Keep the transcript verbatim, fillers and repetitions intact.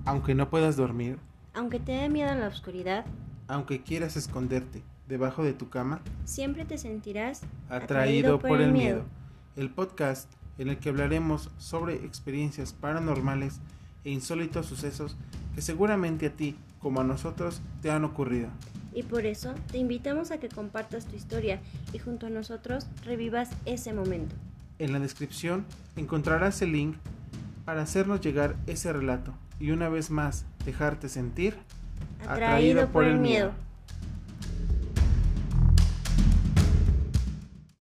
Aunque no puedas dormir, Aunque te dé miedo la oscuridad, aunque quieras esconderte debajo de tu cama, siempre te sentirás atraído por el miedo. El podcast en el que hablaremos sobre experiencias paranormales e insólitos sucesos que seguramente a ti, como a nosotros, te han ocurrido. Y por eso te invitamos a que compartas tu historia y junto a nosotros revivas ese momento. En la descripción encontrarás el link para hacernos llegar ese relato y una vez más dejarte sentir Atraído por el miedo.